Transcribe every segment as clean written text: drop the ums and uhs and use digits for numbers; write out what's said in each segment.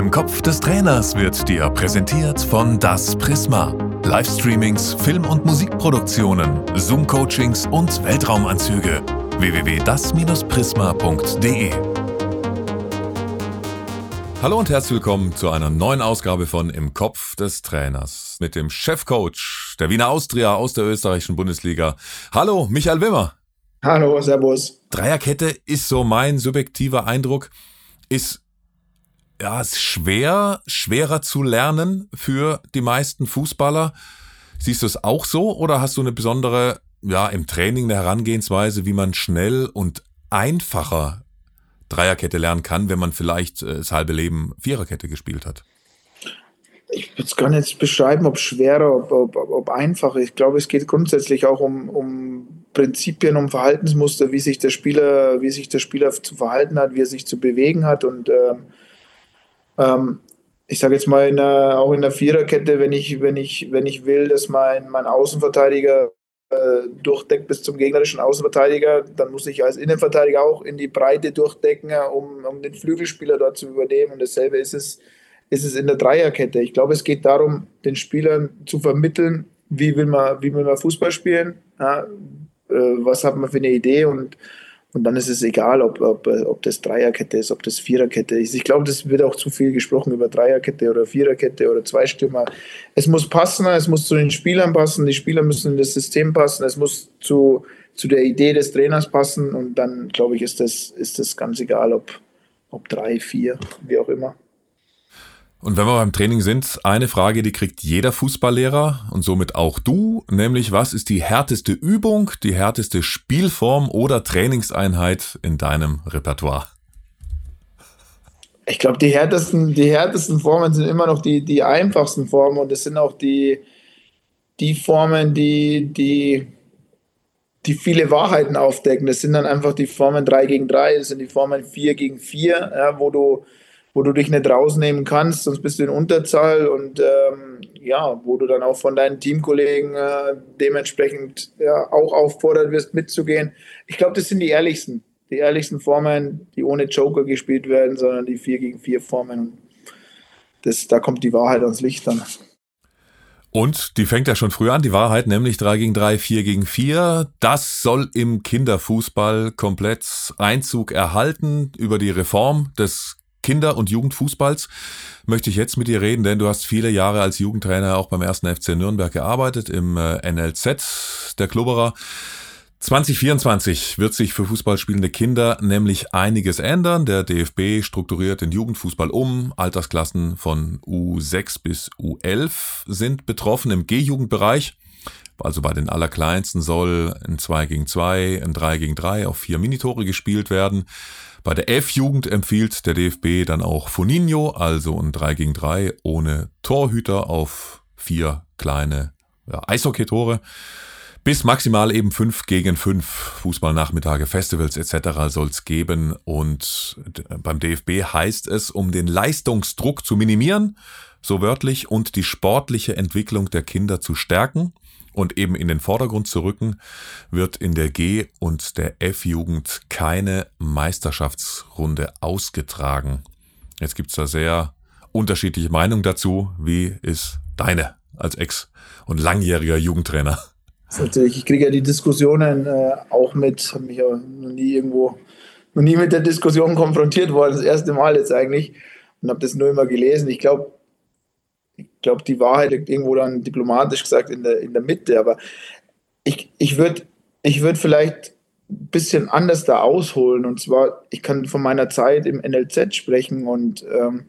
Im Kopf des Trainers wird dir präsentiert von Das Prisma. Livestreamings, Film- und Musikproduktionen, Zoom-Coachings und Weltraumanzüge. www.das-prisma.de. Hallo und herzlich willkommen zu einer neuen Ausgabe von Im Kopf des Trainers mit dem Chefcoach der Wiener Austria aus der österreichischen Bundesliga. Hallo, Michael Wimmer. Hallo, servus. Dreierkette ist so mein subjektiver Eindruck, ist schwerer zu lernen für die meisten Fußballer. Siehst du es auch so oder hast du eine besondere, im Training eine Herangehensweise, wie man schnell und einfacher Dreierkette lernen kann, wenn man vielleicht das halbe Leben Viererkette gespielt hat? Ich würde es gar nicht beschreiben, ob schwerer, ob einfacher. Ich glaube, es geht grundsätzlich auch um Prinzipien, um Verhaltensmuster, wie sich der Spieler zu verhalten hat, wie er sich zu bewegen hat. Und ich sage jetzt mal, auch in der Viererkette, wenn ich will, dass mein Außenverteidiger durchdeckt bis zum gegnerischen Außenverteidiger, dann muss ich als Innenverteidiger auch in die Breite durchdecken, um den Flügelspieler dort zu übernehmen. Und dasselbe ist es in der Dreierkette. Ich glaube, es geht darum, den Spielern zu vermitteln, wie will man Fußball spielen, was hat man für eine Idee, und dann ist es egal, ob das Dreierkette ist, ob das Viererkette ist. Ich glaube, das wird auch zu viel gesprochen über Dreierkette oder Viererkette oder Zweistürmer. Es muss passen, es muss zu den Spielern passen, die Spieler müssen in das System passen, es muss zu der Idee des Trainers passen, und dann, glaube ich, ist das ganz egal, ob 3, 4, wie auch immer. Und wenn wir beim Training sind, eine Frage, die kriegt jeder Fußballlehrer und somit auch du, nämlich was ist die härteste Übung, die härteste Spielform oder Trainingseinheit in deinem Repertoire? Ich glaube, die härtesten Formen sind immer noch die einfachsten Formen, und das sind auch die Formen, die viele Wahrheiten aufdecken. Das sind dann einfach die Formen 3 gegen 3, das sind die Formen 4 gegen 4, wo du dich nicht rausnehmen kannst, sonst bist du in Unterzahl, und wo du dann auch von deinen Teamkollegen dementsprechend auch auffordert wirst, mitzugehen. Ich glaube, das sind die ehrlichsten Formen, die ohne Joker gespielt werden, sondern die 4 gegen 4 Formen. Da kommt die Wahrheit ans Licht dann. Und die fängt ja schon früh an, die Wahrheit, nämlich 3 gegen 3, 4 gegen 4. Das soll im Kinderfußball komplett Einzug erhalten. Über die Reform des Kinder- und Jugendfußballs möchte ich jetzt mit dir reden, denn du hast viele Jahre als Jugendtrainer auch beim 1. FC Nürnberg gearbeitet, im NLZ der Klubberer. 2024 wird sich für fußballspielende Kinder nämlich einiges ändern. Der DFB strukturiert den Jugendfußball um. Altersklassen von U6 bis U11 sind betroffen im G-Jugendbereich. Also bei den Allerkleinsten soll ein 2 gegen 2, ein 3 gegen 3 auf 4 Minitore gespielt werden. Bei der F-Jugend empfiehlt der DFB dann auch Foninho, also ein 3 gegen 3 ohne Torhüter auf 4 kleine Eishockey-Tore. Bis maximal eben 5 gegen 5 Fußballnachmittage, Festivals etc. soll es geben. Und beim DFB heißt es, um den Leistungsdruck zu minimieren, so wörtlich, und die sportliche Entwicklung der Kinder zu stärken und eben in den Vordergrund zu rücken, wird in der G- und der F-Jugend keine Meisterschaftsrunde ausgetragen. Jetzt gibt's da sehr unterschiedliche Meinungen dazu. Wie ist deine als Ex- und langjähriger Jugendtrainer? Natürlich, ich kriege ja die Diskussionen auch mit, habe mich ja noch nie mit der Diskussion konfrontiert worden, das erste Mal jetzt eigentlich, und habe das nur immer gelesen. Ich glaube, die Wahrheit liegt irgendwo dann diplomatisch gesagt in der Mitte, aber ich würd vielleicht ein bisschen anders da ausholen, und zwar, ich kann von meiner Zeit im NLZ sprechen, und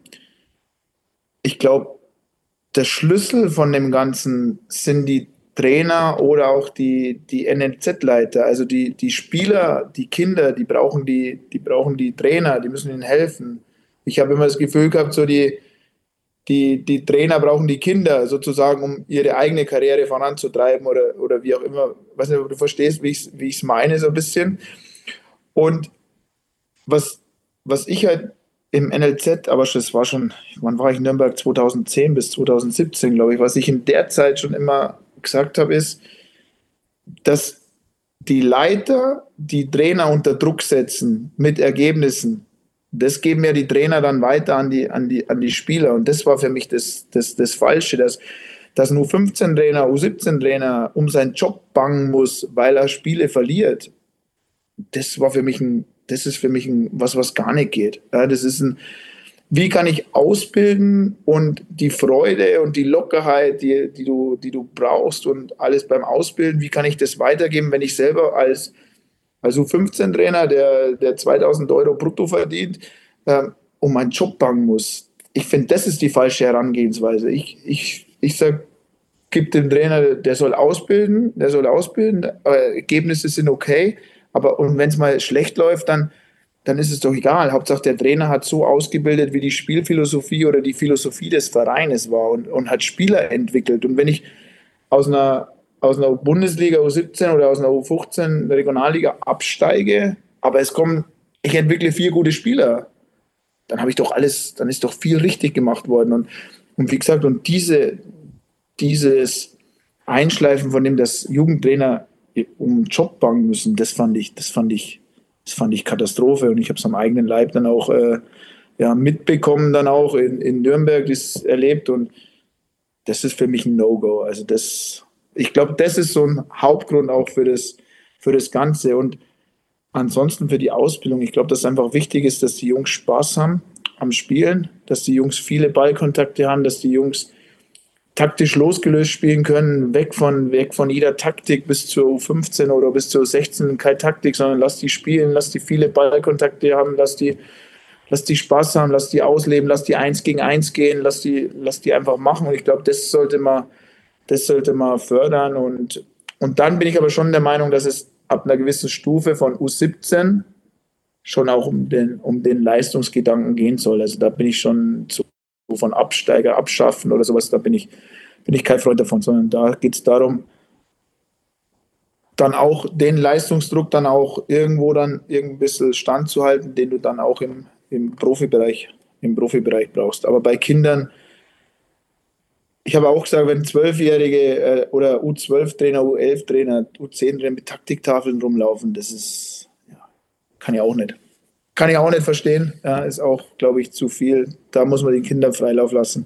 ich glaube, der Schlüssel von dem Ganzen sind die Trainer oder auch die NLZ-Leiter, also die Spieler, die Kinder, die brauchen die Trainer, die müssen ihnen helfen. Ich habe immer das Gefühl gehabt, so die Trainer brauchen die Kinder sozusagen, um ihre eigene Karriere voranzutreiben oder wie auch immer. Ich weiß nicht, ob du verstehst, wie ich es meine, so ein bisschen. Und was ich halt im NLZ, aber das war schon, wann war ich in Nürnberg? 2010 bis 2017, glaube ich. Was ich in der Zeit schon immer gesagt habe, ist, dass die Leiter die Trainer unter Druck setzen mit Ergebnissen, das geben ja die Trainer dann weiter an die Spieler. Und das war für mich das Falsche, dass ein U15-Trainer, U17-Trainer um seinen Job bangen muss, weil er Spiele verliert. Das ist für mich was gar nicht geht. Ja, wie kann ich ausbilden und die Freude und die Lockerheit, die du brauchst und alles beim Ausbilden, wie kann ich das weitergeben, wenn ich selber als U15-Trainer, der 2.000 Euro brutto verdient, um meinen Job bangen muss. Ich finde, das ist die falsche Herangehensweise. Ich sage, gib dem Trainer, der soll ausbilden, Ergebnisse sind okay, aber und wenn es mal schlecht läuft, dann ist es doch egal. Hauptsache der Trainer hat so ausgebildet, wie die Spielphilosophie oder die Philosophie des Vereines war und hat Spieler entwickelt. Und wenn ich aus einer Bundesliga U17 oder aus einer U15 Regionalliga absteige, aber ich entwickle 4 gute Spieler, dann ist doch viel richtig gemacht worden. Und wie gesagt, und dieses Einschleifen, von dem das Jugendtrainer um den Job bangen müssen, das fand ich Katastrophe. Und ich habe es am eigenen Leib dann auch mitbekommen, dann auch in Nürnberg das erlebt. Und das ist für mich ein No-Go. Also ich glaube, das ist so ein Hauptgrund auch für das Ganze. Und ansonsten für die Ausbildung, ich glaube, dass es einfach wichtig ist, dass die Jungs Spaß haben am Spielen, dass die Jungs viele Ballkontakte haben, dass die Jungs taktisch losgelöst spielen können, weg von jeder Taktik bis zur U15 oder bis zur U16, keine Taktik, sondern lass die spielen, lass die viele Ballkontakte haben, lass die Spaß haben, lass die ausleben, lass die 1 gegen 1 gehen, lass die einfach machen. Und ich glaube, das sollte man fördern. Und dann bin ich aber schon der Meinung, dass es ab einer gewissen Stufe von U17 schon auch um den Leistungsgedanken gehen soll. Also da bin ich schon von Absteiger abschaffen oder sowas, da bin ich kein Freund davon, sondern da geht es darum, dann auch den Leistungsdruck dann auch irgendwo dann ein bisschen standzuhalten, den du dann auch im Profibereich brauchst. Aber bei Kindern, ich habe auch gesagt, wenn 12-Jährige oder U12-Trainer, U11-Trainer, U10-Trainer mit Taktiktafeln rumlaufen, kann ich auch nicht. Kann ich auch nicht verstehen. Ja, ist auch, glaube ich, zu viel. Da muss man den Kindern Freilauf lassen.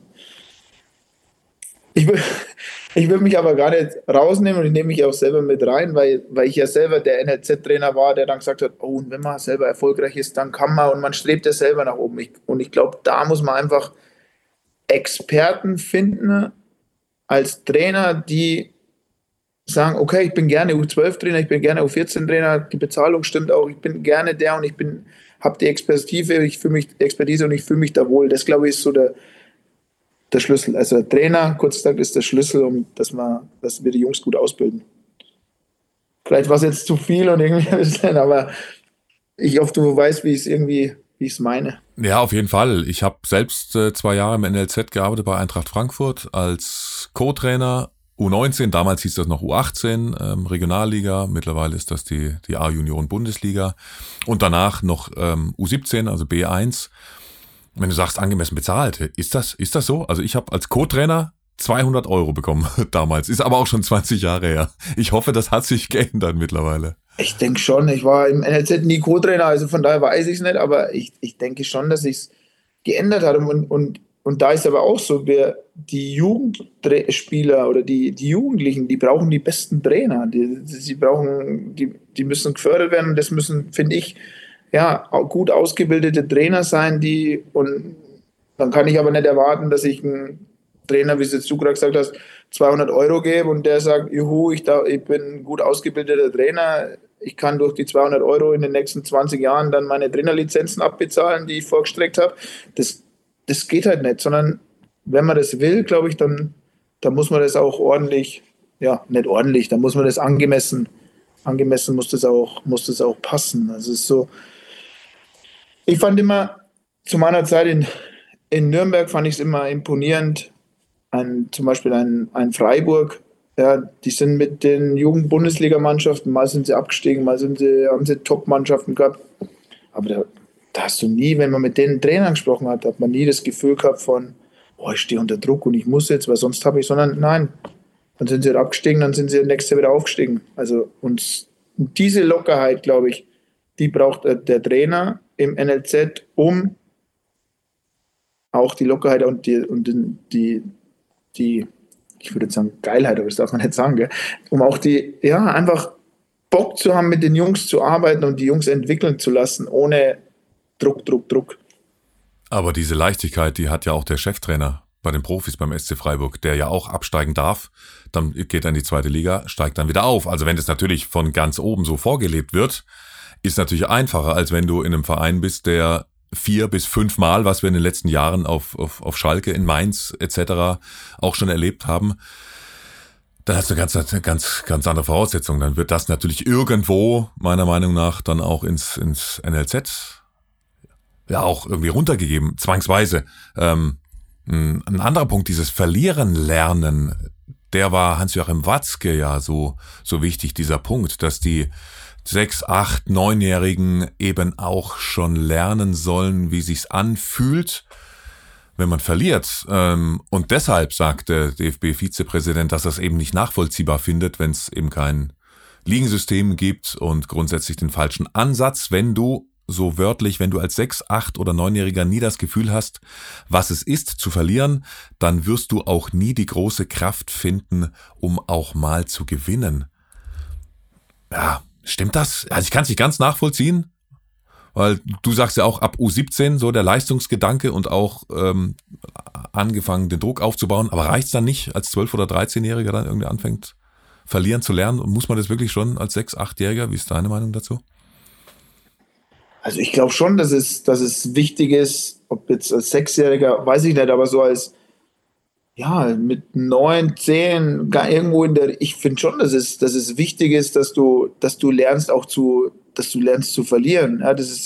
Ich will mich aber gar nicht rausnehmen und ich nehme mich auch selber mit rein, weil ich ja selber der NLZ-Trainer war, der dann gesagt hat, oh, und wenn man selber erfolgreich ist, dann kann man und man strebt ja selber nach oben. Und ich glaube, da muss man einfach Experten finden als Trainer, die sagen, okay, ich bin gerne U12-Trainer, ich bin gerne U14-Trainer, die Bezahlung stimmt auch, ich bin gerne der und habe die Expertise und ich fühle mich da wohl. Das, glaube ich, ist so der Schlüssel. Also der Trainer, kurz gesagt, ist der Schlüssel, dass wir die Jungs gut ausbilden. Vielleicht war es jetzt zu viel und irgendwie ein bisschen, aber ich hoffe, du weißt, wie ich es meine. Ja, auf jeden Fall. Ich habe selbst 2 Jahre im NLZ gearbeitet bei Eintracht Frankfurt als Co-Trainer. U19, damals hieß das noch U18, Regionalliga, mittlerweile ist das die A-Junioren-Bundesliga und danach noch U17, also B1. Wenn du sagst, angemessen bezahlt, ist das so? Also ich habe als Co-Trainer 200 Euro bekommen damals, ist aber auch schon 20 Jahre her. Ich hoffe, das hat sich geändert mittlerweile. Ich denke schon, ich war im NLZ nie Co-Trainer, also von daher weiß ich es nicht, aber ich denke schon, dass sich es geändert hat und da ist aber auch so, die Jugendspieler oder die Jugendlichen, die brauchen die besten Trainer. Die müssen gefördert werden. Das müssen, finde ich, gut ausgebildete Trainer sein, und dann kann ich aber nicht erwarten, dass ich einen Trainer, wie es jetzt du gerade gesagt hast, 200 Euro gebe und der sagt, juhu, ich bin ein gut ausgebildeter Trainer, ich kann durch die 200 Euro in den nächsten 20 Jahren dann meine Trainerlizenzen abbezahlen, die ich vorgestreckt habe. Das geht halt nicht, sondern wenn man das will, glaube ich, dann muss man das auch ordentlich, nicht ordentlich, dann muss man das angemessen muss das auch passen. Also es ist so, ich fand immer, zu meiner Zeit in Nürnberg fand ich es immer imponierend, zum Beispiel ein Freiburg, die sind mit den Jugend-Bundesligamannschaften, mal sind sie abgestiegen, mal haben sie Top-Mannschaften gehabt, aber da hast du nie, wenn man mit den Trainern gesprochen hat man nie das Gefühl gehabt von, ich stehe unter Druck und ich muss jetzt, weil sonst habe ich, sondern nein, dann sind sie abgestiegen, dann sind sie nächstes Jahr wieder aufgestiegen. Also und diese Lockerheit, glaube ich, die braucht der Trainer im NLZ, um auch die Lockerheit und die ich würde jetzt sagen Geilheit, aber das darf man nicht sagen, gell? Um auch einfach Bock zu haben, mit den Jungs zu arbeiten und die Jungs entwickeln zu lassen, ohne Druck. Aber diese Leichtigkeit, die hat ja auch der Cheftrainer bei den Profis beim SC Freiburg, der ja auch absteigen darf, dann geht er in die zweite Liga, steigt dann wieder auf. Also wenn das natürlich von ganz oben so vorgelebt wird, ist natürlich einfacher, als wenn du in einem Verein bist, der 4 bis 5 Mal, was wir in den letzten Jahren auf Schalke, in Mainz etc. auch schon erlebt haben, dann hast du ganz andere Voraussetzungen. Dann wird das natürlich irgendwo, meiner Meinung nach, dann auch ins NLZ ja auch irgendwie runtergegeben, zwangsweise. Ein anderer Punkt, dieses Verlieren lernen, der war Hans-Joachim Watzke ja so wichtig, dieser Punkt, dass die 6-, 8-, 9-Jährigen eben auch schon lernen sollen, wie sich's anfühlt, wenn man verliert. Und deshalb sagt der DFB-Vizepräsident, dass er es eben nicht nachvollziehbar findet, wenn es eben kein Ligensystem gibt und grundsätzlich den falschen Ansatz, wenn du so wörtlich, wenn du als 6-, 8- oder 9-Jähriger nie das Gefühl hast, was es ist zu verlieren, dann wirst du auch nie die große Kraft finden, um auch mal zu gewinnen. Ja, stimmt das? Also ich kann es nicht ganz nachvollziehen, weil du sagst ja auch ab U17 so der Leistungsgedanke und auch angefangen den Druck aufzubauen, aber reicht's dann nicht, als 12- oder 13-Jähriger dann irgendwie anfängt, verlieren zu lernen? Und muss man das wirklich schon als 6-, 8-Jähriger? Wie ist deine Meinung dazu? Also ich glaube schon, dass es wichtig ist, ob jetzt als 6-Jähriger, weiß ich nicht, aber so als, mit 9, 10, gar irgendwo ich finde schon, dass es wichtig ist, dass du lernst dass du lernst zu verlieren. Ja, das ist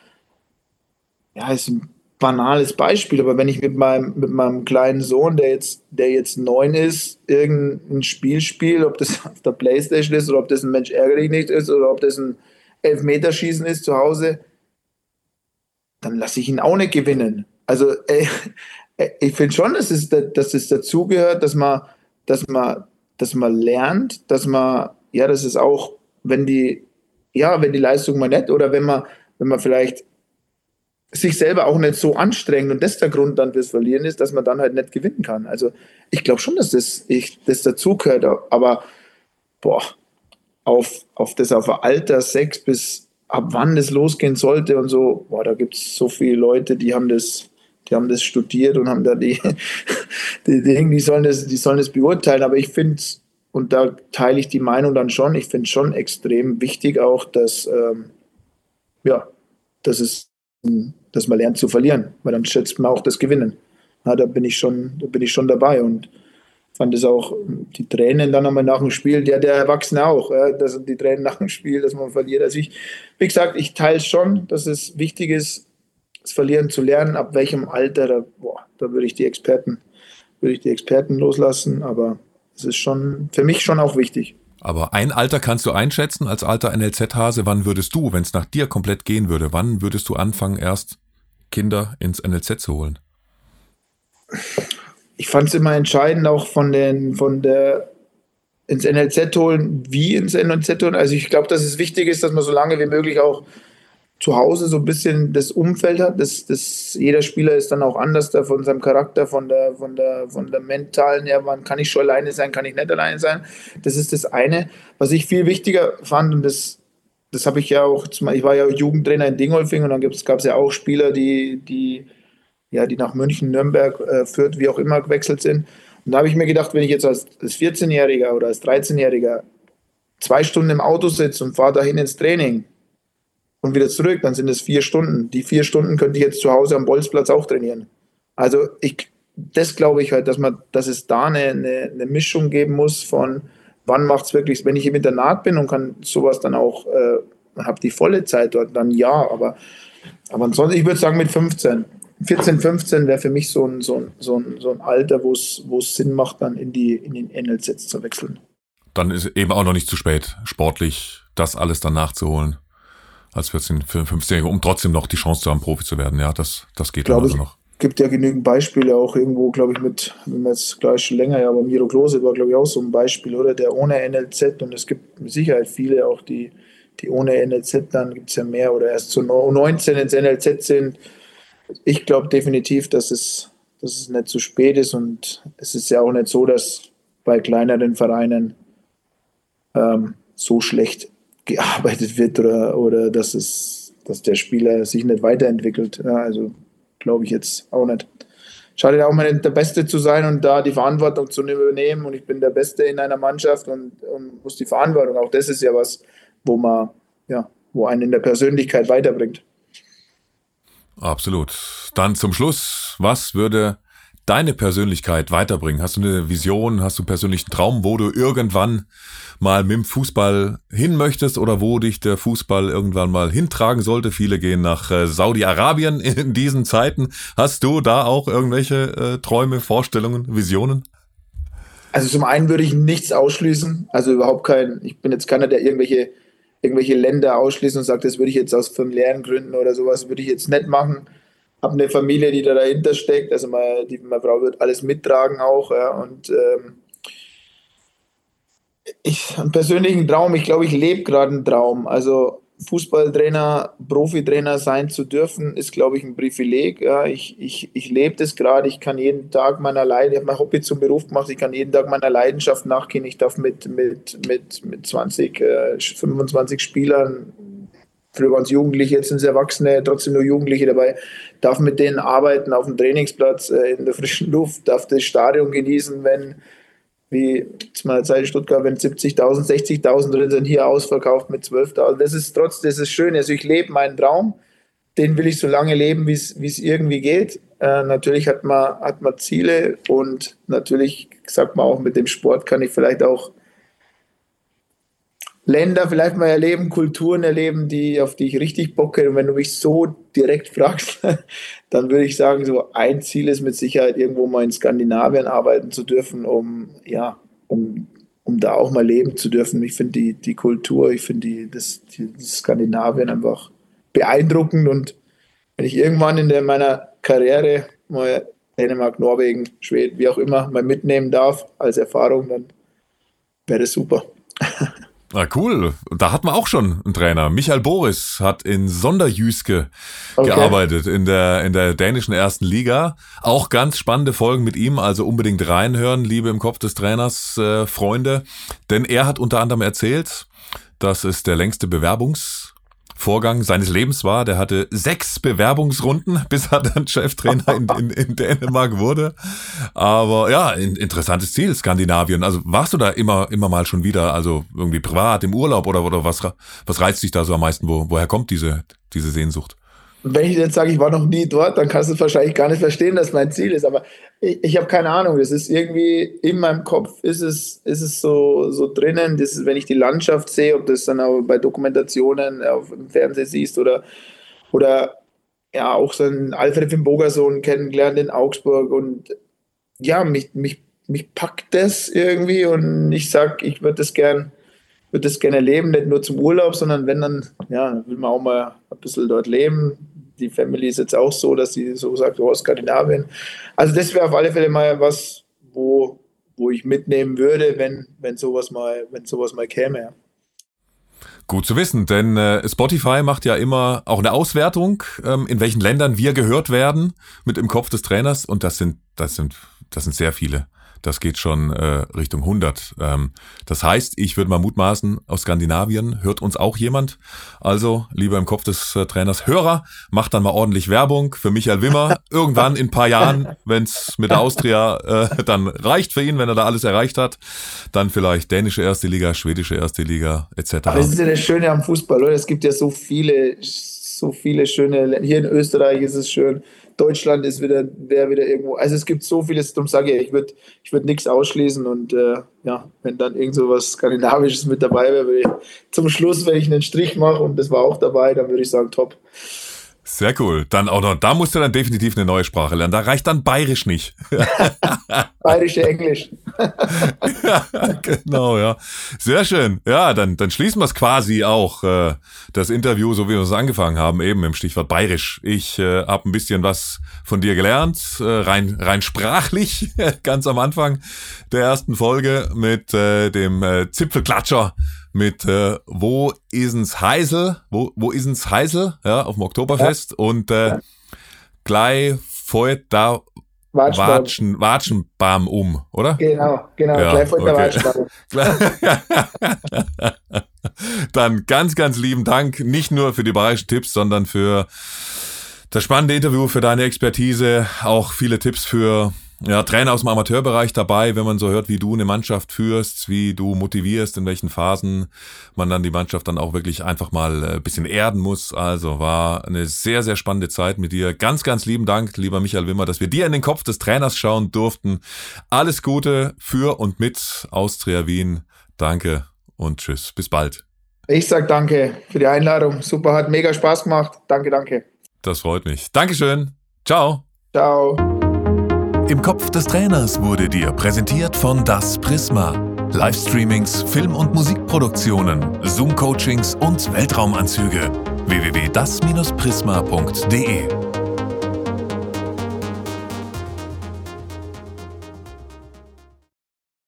ist ein banales Beispiel, aber wenn ich mit meinem kleinen Sohn, der jetzt 9 ist, irgendein Spiel spiele, ob das auf der Playstation ist oder ob das ein Mensch ärgere dich nicht ist oder ob das ein Elfmeterschießen ist zu Hause, dann lasse ich ihn auch nicht gewinnen. Also ich finde schon, dass es dazugehört, dass man lernt, dass es auch, wenn die Leistung mal nicht oder wenn man vielleicht sich selber auch nicht so anstrengt und das der Grund dann fürs Verlieren ist, dass man dann halt nicht gewinnen kann. Also ich glaube schon, dass das dazugehört, aber auf ein Alter 6 bis ab wann das losgehen sollte und so, da gibt es so viele Leute, die haben das studiert und haben da die sollen das beurteilen, aber ich finde, und da teile ich die Meinung dann schon, ich finde es schon extrem wichtig auch, dass man lernt zu verlieren, weil dann schätzt man auch das Gewinnen. Ja, da bin ich schon dabei und fand es auch, die Tränen dann einmal nach dem Spiel, der Erwachsene auch, dass die Tränen nach dem Spiel, dass man verliert. Also wie gesagt, ich teile schon, dass es wichtig ist, das Verlieren zu lernen. Ab welchem Alter, da würde ich die Experten loslassen, aber es ist schon für mich schon auch wichtig. Aber ein Alter kannst du einschätzen als alter NLZ-Hase. Wann würdest du, wenn es nach dir komplett gehen würde, wann würdest du anfangen, erst Kinder ins NLZ zu holen? Ich fand es immer entscheidend, auch ins NLZ holen, wie ins NLZ holen. Also ich glaube, dass es wichtig ist, dass man so lange wie möglich auch zu Hause so ein bisschen das Umfeld hat. Jeder Spieler ist dann auch anders da von seinem Charakter, von der mentalen her, wann kann ich schon alleine sein, kann ich nicht alleine sein. Das ist das eine. Was ich viel wichtiger fand, und das habe ich ja auch, ich war ja Jugendtrainer in Dingolfing und dann gab es ja auch Spieler, die nach München, Nürnberg, Fürth, wie auch immer gewechselt sind. Und da habe ich mir gedacht, wenn ich jetzt als 14-Jähriger oder als 13-Jähriger 2 Stunden im Auto sitze und fahre dahin ins Training und wieder zurück, dann sind es 4 Stunden. Die 4 Stunden könnte ich jetzt zu Hause am Bolzplatz auch trainieren. Also das glaube ich halt, dass es da eine Mischung geben muss von, wann macht es wirklich, wenn ich im Internat bin und kann sowas dann auch, habe die volle Zeit dort, dann ja, aber ansonsten, ich würde sagen mit 14, 15 wäre für mich so ein Alter, wo es Sinn macht, dann in den NLZ zu wechseln. Dann ist eben auch noch nicht zu spät, sportlich das alles dann nachzuholen als 14-, 15-Jähriger, um trotzdem noch die Chance zu haben, Profi zu werden. Ja, das geht dann also noch. Es gibt ja genügend Beispiele auch irgendwo, glaube ich, wenn wir jetzt gleich schon länger, aber Miro Klose war, glaube ich, auch so ein Beispiel, oder? Der ohne NLZ, und es gibt mit Sicherheit viele auch, die die ohne NLZ, dann gibt es ja mehr, oder erst zu 19 ins NLZ sind. Ich glaube definitiv, dass es nicht zu spät ist, und es ist ja auch nicht so, dass bei kleineren Vereinen so schlecht gearbeitet wird oder dass der Spieler sich nicht weiterentwickelt. Ja, also glaube ich jetzt auch nicht. Schadet auch mal nicht, der Beste zu sein und da die Verantwortung zu übernehmen, und ich bin der Beste in einer Mannschaft und muss die Verantwortung. Auch das ist ja was, wo einen in der Persönlichkeit weiterbringt. Absolut. Dann zum Schluss, was würde deine Persönlichkeit weiterbringen? Hast du eine Vision, hast du einen persönlichen Traum, wo du irgendwann mal mit dem Fußball hin möchtest oder wo dich der Fußball irgendwann mal hintragen sollte? Viele gehen nach Saudi-Arabien in diesen Zeiten. Hast du da auch irgendwelche Träume, Vorstellungen, Visionen? Also zum einen würde ich nichts ausschließen, also überhaupt ich bin jetzt keiner, der irgendwelche Länder ausschließt und sagt, das würde ich jetzt aus familiären Gründen oder sowas, würde ich jetzt nicht machen. Habe eine Familie, die da dahinter steckt, also meine Frau wird alles mittragen auch, ja, und einen persönlichen Traum, ich glaube, ich lebe gerade einen Traum, also Fußballtrainer, Profitrainer sein zu dürfen, ist, glaube ich, ein Privileg, ja. Ich lebe das gerade, ich kann jeden Tag ich habe mein Hobby zum Beruf gemacht, ich kann jeden Tag meiner Leidenschaft nachgehen, ich darf mit 20, 25 Spielern, früher waren es Jugendliche, jetzt sind es Erwachsene, trotzdem nur Jugendliche dabei, darf mit denen arbeiten auf dem Trainingsplatz, in der frischen Luft, darf das Stadion genießen, wie jetzt mal Zeit in Stuttgart, wenn 70.000, 60.000 drin sind, hier ausverkauft mit 12.000. Das ist schön. Also ich lebe meinen Traum, den will ich so lange leben, wie es irgendwie geht. Natürlich hat man Ziele, und natürlich, sagt man auch, mit dem Sport kann ich vielleicht auch Länder vielleicht mal erleben, Kulturen erleben, auf die ich richtig Bock hätte. Und wenn du mich so direkt fragst, dann würde ich sagen, so ein Ziel ist mit Sicherheit, irgendwo mal in Skandinavien arbeiten zu dürfen, um da auch mal leben zu dürfen. Ich finde die Kultur, ich finde das Skandinavien einfach beeindruckend, und wenn ich irgendwann in meiner Karriere mal Dänemark, Norwegen, Schweden, wie auch immer, mal mitnehmen darf als Erfahrung, dann wäre das super. Ah, cool. Da hat man auch schon einen Trainer. Michael Boris hat in Sonderjyske gearbeitet, in der dänischen ersten Liga. Auch ganz spannende Folgen mit ihm, also unbedingt reinhören, liebe im Kopf des Trainers Freunde. Denn er hat unter anderem erzählt, dass es der längste Bewerbungsvorgang seines Lebens war. Der hatte 6 Bewerbungsrunden, bis er dann Cheftrainer in Dänemark wurde. Aber ja, interessantes Ziel, Skandinavien. Also warst du da immer mal schon wieder, also irgendwie privat, im Urlaub oder was reizt dich da so am meisten? Woher kommt diese Sehnsucht? Wenn ich jetzt sage, ich war noch nie dort, dann kannst du wahrscheinlich gar nicht verstehen, dass mein Ziel ist. Aber ich habe keine Ahnung. Das ist irgendwie in meinem Kopf, ist es so drinnen. Das ist, wenn ich die Landschaft sehe, ob das dann auch bei Dokumentationen auf dem Fernsehen siehst oder ja, auch so einen Alfred Finnbogason kennengelernt in Augsburg. Und ja, mich packt das irgendwie, und ich sage, ich würde das gerne erleben, nicht nur zum Urlaub, sondern wenn dann, ja, will man auch mal ein bisschen dort leben. Die Family ist jetzt auch so, dass sie so sagt, oh, Skandinavien. Also das wäre auf alle Fälle mal was, wo ich mitnehmen würde, wenn sowas mal käme. Ja. Gut zu wissen, denn Spotify macht ja immer auch eine Auswertung, in welchen Ländern wir gehört werden, mit im Kopf des Trainers, und das sind sehr viele. Das geht schon Richtung 100. Das heißt, ich würde mal mutmaßen, aus Skandinavien hört uns auch jemand. Also, lieber im Kopf des Trainers Hörer, macht dann mal ordentlich Werbung für Michael Wimmer. Irgendwann in ein paar Jahren, wenn es mit der Austria dann reicht für ihn, wenn er da alles erreicht hat, dann vielleicht dänische erste Liga, schwedische erste Liga etc. Aber das ist ja das Schöne am Fußball, oder? Es gibt ja so viele schöne Länder. Hier in Österreich ist es schön. Deutschland wäre wieder irgendwo. Also es gibt so vieles, darum sage ich würde nichts ausschließen, und wenn dann irgend so was Skandinavisches mit dabei wäre, würde ich zum Schluss, wenn ich einen Strich mache und das war auch dabei, dann würde ich sagen, top. Sehr cool. Dann auch noch, da musst du dann definitiv eine neue Sprache lernen. Da reicht dann Bayerisch nicht. Bayerische Englisch. Ja, genau, ja. Sehr schön. Ja, dann schließen wir es quasi auch, das Interview, so wie wir es angefangen haben, eben im Stichwort bayerisch. Ich habe ein bisschen was von dir gelernt, rein sprachlich, ganz am Anfang der ersten Folge mit dem Zipfelklatscher, mit Wo isen's Heisel? Wo isen's Heisel? Ja, auf dem Oktoberfest. Ja. Und gleich folgt da Watschenbaum oder? Genau, ja, gleich folgt okay. Der Watschenbaum. Dann ganz lieben Dank, nicht nur für die bayerischen Tipps, sondern für das spannende Interview, für deine Expertise, auch viele Tipps für Trainer aus dem Amateurbereich dabei, wenn man so hört, wie du eine Mannschaft führst, wie du motivierst, in welchen Phasen man dann die Mannschaft dann auch wirklich einfach mal ein bisschen erden muss. Also war eine sehr, sehr spannende Zeit mit dir. Ganz lieben Dank, lieber Michael Wimmer, dass wir dir in den Kopf des Trainers schauen durften. Alles Gute für und mit Austria Wien. Danke und tschüss. Bis bald. Ich sag danke für die Einladung. Super, hat mega Spaß gemacht. Danke. Das freut mich. Dankeschön. Ciao. Ciao. Im Kopf des Trainers wurde dir präsentiert von Das Prisma. Livestreamings, Film- und Musikproduktionen, Zoom-Coachings und Weltraumanzüge. www.das-prisma.de